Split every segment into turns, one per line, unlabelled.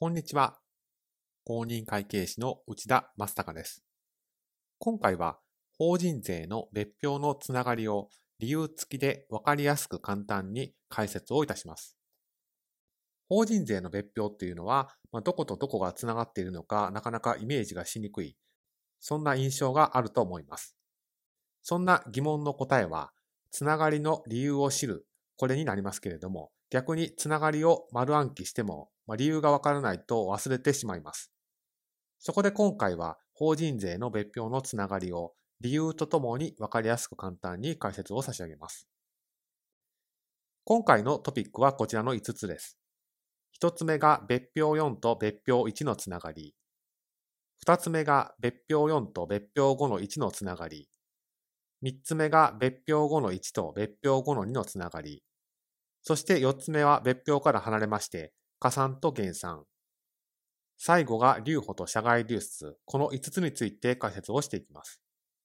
こんにちは。公認会計士の内田正孝です。今回は法人税の別表のつながりを理由付きで分かりやすく簡単に解説をいたします。法人税の別表っていうのは、どことどこがつながっているのかなかなかイメージがしにくい、そんな印象があると思います。そんな疑問の答えは、つながりの理由を知る、これになりますけれども、逆につながりを丸暗記しても、理由がわからないと忘れてしまいます。そこで今回は法人税の別表のつながりを理由とともにわかりやすく簡単に解説を差し上げます。今回のトピックはこちらの5つです。1つ目が別表4と別表1のつながり。2つ目が別表4と別表5の1のつながり。3つ目が別表5の1と別表5の2のつながり。そして4つ目は別表から離れまして、加算と減算。最後が留保と社外流出。この5つについて解説をしていきます。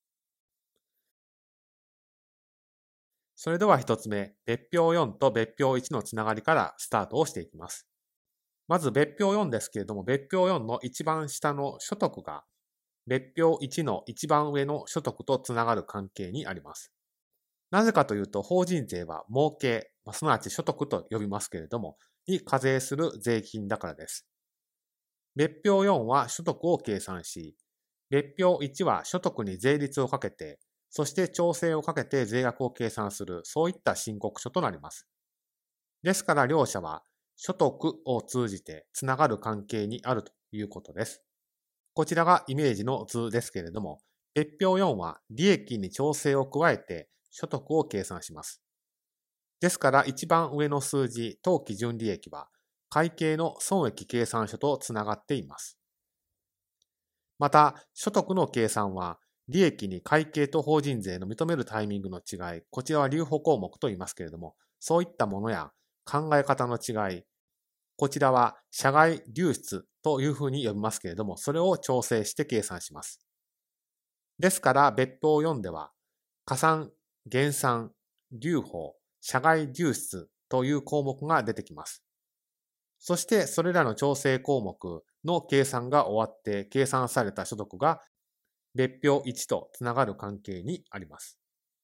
それでは1つ目、別表4と別表1のつながりからスタートをしていきます。まず別表4ですけれども、別表4の一番下の所得が別表1の一番上の所得とつながる関係にあります。なぜかというと、法人税は儲け、すなわち所得と呼びますけれども、に課税する税金だからです。別表4は所得を計算し、別表1は所得に税率をかけて、そして調整をかけて税額を計算する、そういった申告書となります。ですから両者は所得を通じてつながる関係にあるということです。こちらがイメージの図ですけれども、別表4は利益に調整を加えて所得を計算します。ですから一番上の数字、当期純利益は会計の損益計算書とつながっています。また、所得の計算は、利益に会計と法人税の認めるタイミングの違い、こちらは留保項目と言いますけれども、そういったものや考え方の違い、こちらは社外流出というふうに呼びますけれども、それを調整して計算します。ですから、別表4では、加算、減算、留保、社外流出という項目が出てきます。そしてそれらの調整項目の計算が終わって計算された所得が別表1とつながる関係にあります。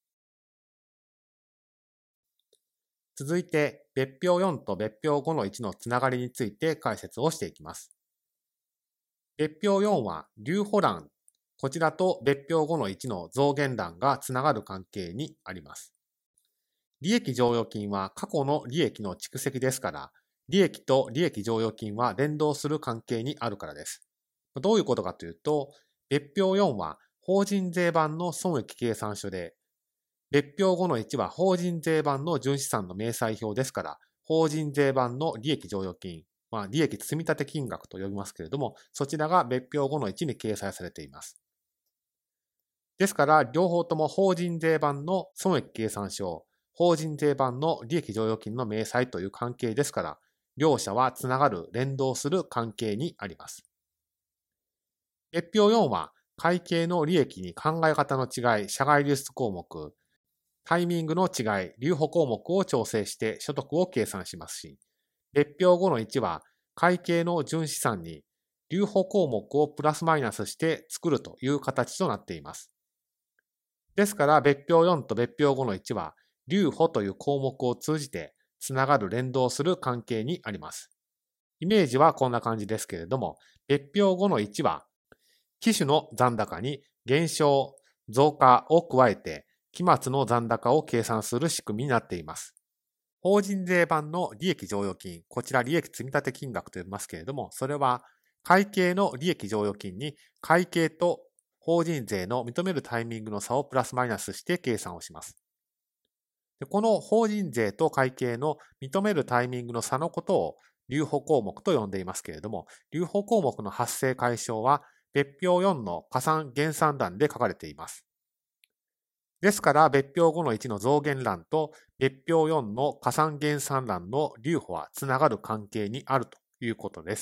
続いて別表4と別表5の1のつながりについて解説をしていきます。別表4は留保欄、こちらと別表5の1の増減欄がつながる関係にあります。利益剰余金は過去の利益の蓄積ですから、利益と利益剰余金は連動する関係にあるからです。どういうことかというと、別表4は法人税版の損益計算書で、別表5の1は法人税版の純資産の明細表ですから、法人税版の利益剰余金、利益積立金額と呼びますけれども、そちらが別表5の1に掲載されています。ですから、両方とも法人税版の損益計算書、法人税版の利益剰余金の明細という関係ですから、両者はつながる、連動する関係にあります。別表4は会計の利益に考え方の違い、社外流出項目、タイミングの違い、留保項目を調整して所得を計算しますし、別表5の1は会計の純資産に留保項目をプラスマイナスして作るという形となっています。ですから別表4と別表5の1は留保という項目を通じてつながる連動する関係にあります。イメージはこんな感じですけれども、別表5の1は期首の残高に減少、増加を加えて期末の残高を計算する仕組みになっています。法人税版の利益剰余金、こちら利益積立金額と呼びますけれども、それは会計の利益剰余金に会計と法人税の認めるタイミングの差をプラスマイナスして計算をします。この法人税と会計の認めるタイミングの差のことを留保項目と呼んでいますけれども、留保項目の発生解消は別表4の加算減算欄で書かれています。ですから別表5の1の増減欄と別表4の加算減算欄の留保はつながる関係にあるということです。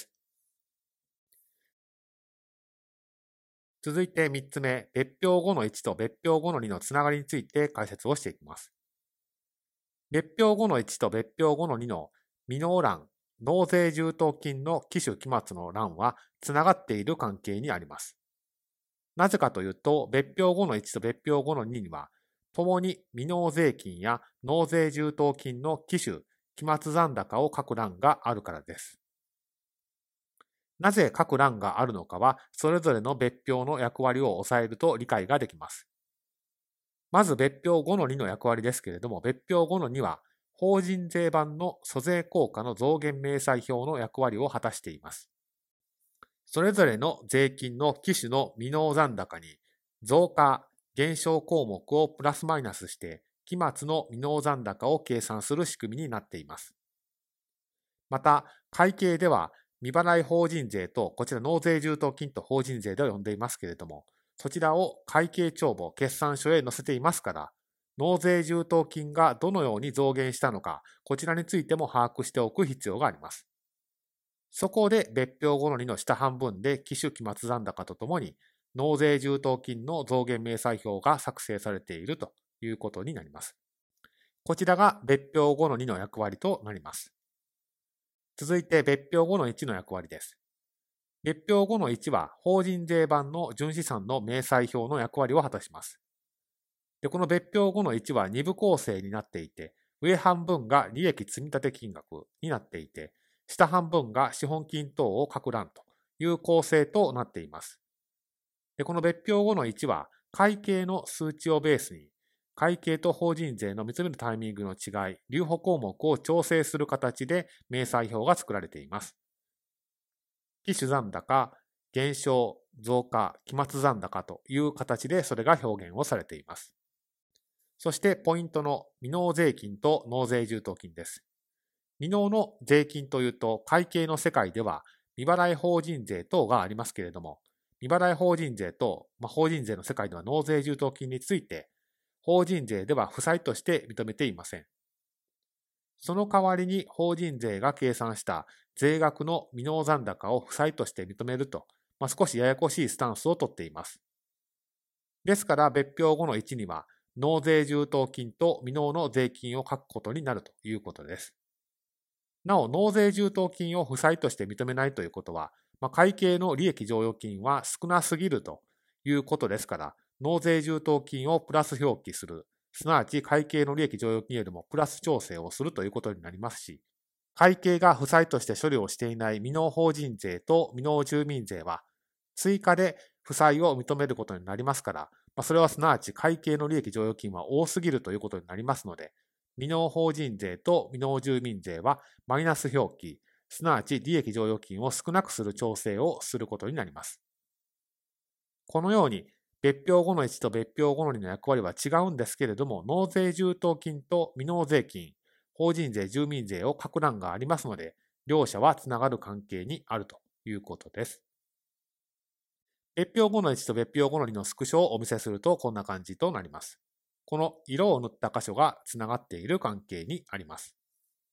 続いて3つ目、別表5の1と別表5の2のつながりについて解説をしていきます。別表5の1と別表5の2の未納欄、 納税充当金の期首期末の欄はつながっている関係にあります。なぜかというと、別表5の1と別表5の2には、共に未納税金や納税充当金の期首、期末残高を書く欄があるからです。なぜ書く欄があるのかは、それぞれの別表の役割を抑えると理解ができます。まず別表5の2の役割ですけれども、別表5の2は、法人税版の租税効果の増減明細表の役割を果たしています。それぞれの税金の期首の未納残高に増加、減少項目をプラスマイナスして、期末の未納残高を計算する仕組みになっています。また、会計では未払い法人税と、こちら納税充当金と法人税では呼んでいますけれども、そちらを会計帳簿、決算書へ載せていますから、納税充当金がどのように増減したのか、こちらについても把握しておく必要があります。そこで別表5の2の下半分で期首期末残高とともに納税充当金の増減明細表が作成されているということになります。こちらが別表5の2の役割となります。続いて別表5の1の役割です。別表5の1は法人税版の純資産の明細表の役割を果たします。で、この別表5の1は2部構成になっていて、上半分が利益積立金額になっていて、下半分が資本金等を書く欄という構成となっています。で、この別表5の1は会計の数値をベースに会計と法人税の見つめるタイミングの違い、留保項目を調整する形で明細表が作られています。期首残高、減少、増加、期末残高という形でそれが表現をされています。そしてポイントの未納税金と納税充当金です。未納の税金というと、会計の世界では未払い法人税等がありますけれども、未払い法人税と、法人税の世界では納税充当金について、法人税では負債として認めていません。その代わりに法人税が計算した税額の未納残高を負債として認めると、少しややこしいスタンスをとっています。ですから別表5の1には、納税充当金と未納の税金を書くことになるということです。なお、納税充当金を負債として認めないということは、会計の利益剰余金は少なすぎるということですから、納税充当金をプラス表記する、すなわち会計の利益剰余金よりもプラス調整をするということになりますし、会計が負債として処理をしていない未納法人税と未納住民税は、追加で負債を認めることになりますから、それはすなわち会計の利益剰余金は多すぎるということになりますので、未納法人税と未納住民税はマイナス表記、すなわち利益剰余金を少なくする調整をすることになります。このように、別表5の1と別表5の2の役割は違うんですけれども、納税充当金と未納税金、法人税、住民税を書く欄がありますので、両者はつながる関係にあるということです。別表5の1と別表5の2のスクショをお見せするとこんな感じとなります。この色を塗った箇所がつながっている関係にあります。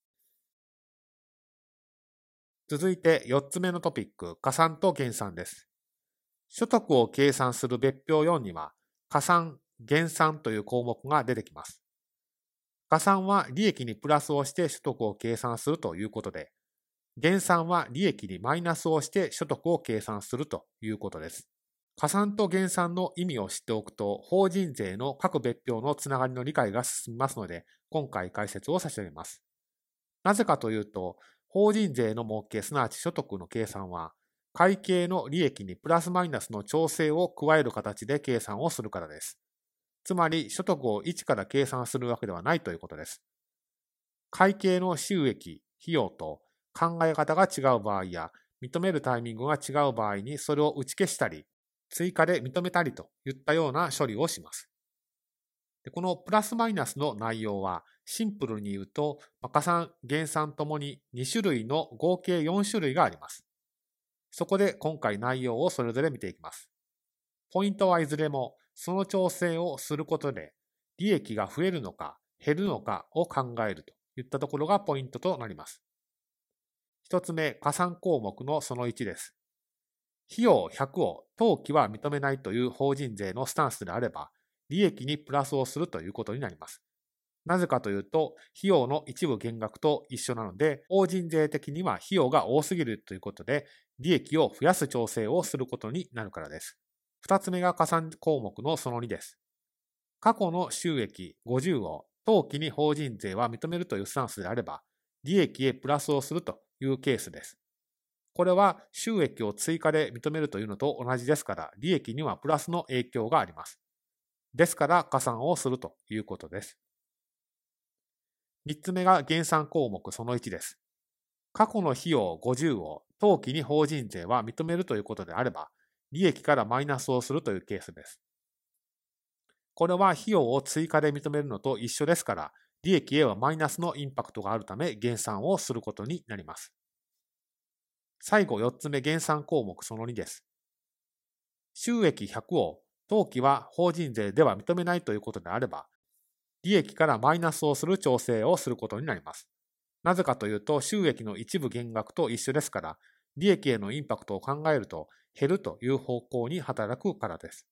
続いて4つ目のトピック、加算と減算です。所得を計算する別表4には、加算、減算という項目が出てきます。加算は利益にプラスをして所得を計算するということで、減算は利益にマイナスをして所得を計算するということです。加算と減算の意味を知っておくと、法人税の各別表のつながりの理解が進みますので、今回解説を差し上げます。なぜかというと、法人税の儲け、すなわち所得の計算は、会計の利益にプラスマイナスの調整を加える形で計算をするからです。つまり、所得を1から計算するわけではないということです。会計の収益、費用と考え方が違う場合や、認めるタイミングが違う場合にそれを打ち消したり、追加で認めたりといったような処理をします。で、このプラスマイナスの内容はシンプルに言うと、加算、減算ともに2種類の合計4種類があります。そこで今回内容をそれぞれ見ていきます。ポイントはいずれもその調整をすることで利益が増えるのか減るのかを考えるといったところがポイントとなります。一つ目、加算項目のその1です。費用100を当期は認めないという法人税のスタンスであれば、利益にプラスをするということになります。 なぜかというと、費用の一部減額と一緒なので、法人税的には費用が多すぎるということで、利益を増やす調整をすることになるからです。2つ目が加算項目のその2です。過去の収益50を当期に法人税は認めるというスタンスであれば、利益へプラスをするというケースです。これは収益を追加で認めるというのと同じですから、利益にはプラスの影響があります。ですから加算をするということです。3つ目が減算項目その1です。過去の費用50を当期に法人税は認めるということであれば、利益からマイナスをするというケースです。これは費用を追加で認めるのと一緒ですから、利益へはマイナスのインパクトがあるため減算をすることになります。最後4つ目減算項目その2です。収益100を当期は法人税では認めないということであれば、利益からマイナスをする調整をすることになります。なぜかというと、収益の一部減額と一緒ですから、利益へのインパクトを考えると減るという方向に働くからです。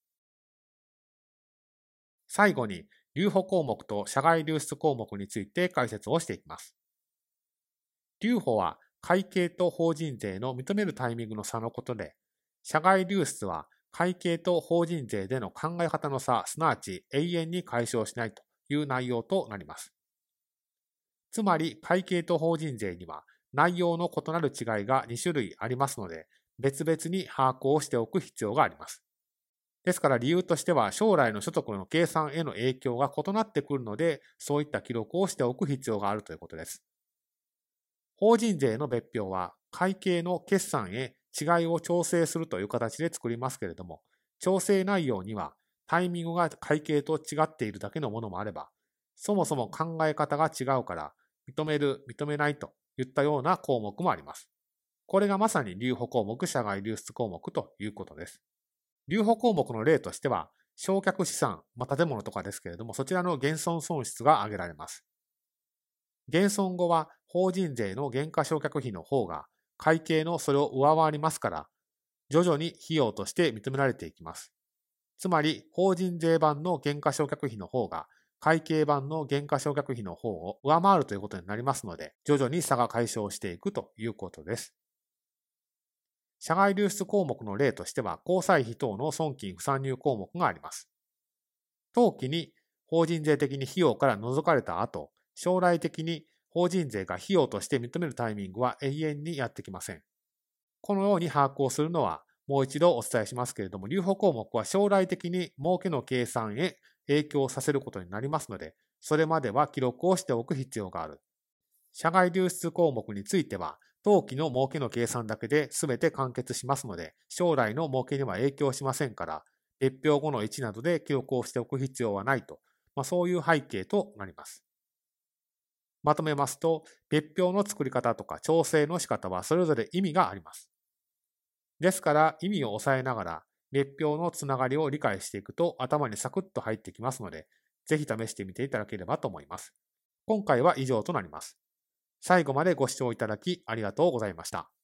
最後に、留保項目と社外流出項目について解説をしていきます。留保は会計と法人税の認めるタイミングの差のことで、社外流出は会計と法人税での考え方の差、すなわち永遠に解消しないという内容となります。つまり会計と法人税には内容の異なる違いが2種類ありますので、別々に把握をしておく必要があります。ですから理由としては将来の所得の計算への影響が異なってくるので、そういった記録をしておく必要があるということです。法人税の別表は会計の決算へ違いを調整するという形で作りますけれども、調整内容にはタイミングが会計と違っているだけのものもあれば、そもそも考え方が違うから認める、認めないといったような項目もあります。これがまさに留保項目、社外流出項目ということです。留保項目の例としては、償却資産、建物とかですけれども、そちらの減損損失が挙げられます。減損後は法人税の減価償却費の方が会計のそれを上回りますから、徐々に費用として認められていきます。つまり、法人税版の減価償却費の方が会計版の減価償却費の方を上回るということになりますので、徐々に差が解消していくということです。社外流出項目の例としては、交際費等の損金不算入項目があります。当期に法人税的に費用から除かれた後、将来的に法人税が費用として認めるタイミングは永遠にやってきません。このように把握をするのは、もう一度お伝えしますけれども、留保項目は将来的に儲けの計算へ影響させることになりますので、それまでは記録をしておく必要がある。社外流出項目については、当期の儲けの計算だけで全て完結しますので、将来の儲けには影響しませんから、別表後の1などで記録をしておく必要はないと、そういう背景となります。まとめますと、別表の作り方とか調整の仕方はそれぞれ意味があります。ですから意味を抑えながら、別表のつながりを理解していくと頭にサクッと入ってきますので、ぜひ試してみていただければと思います。今回は以上となります。最後までご視聴いただきありがとうございました。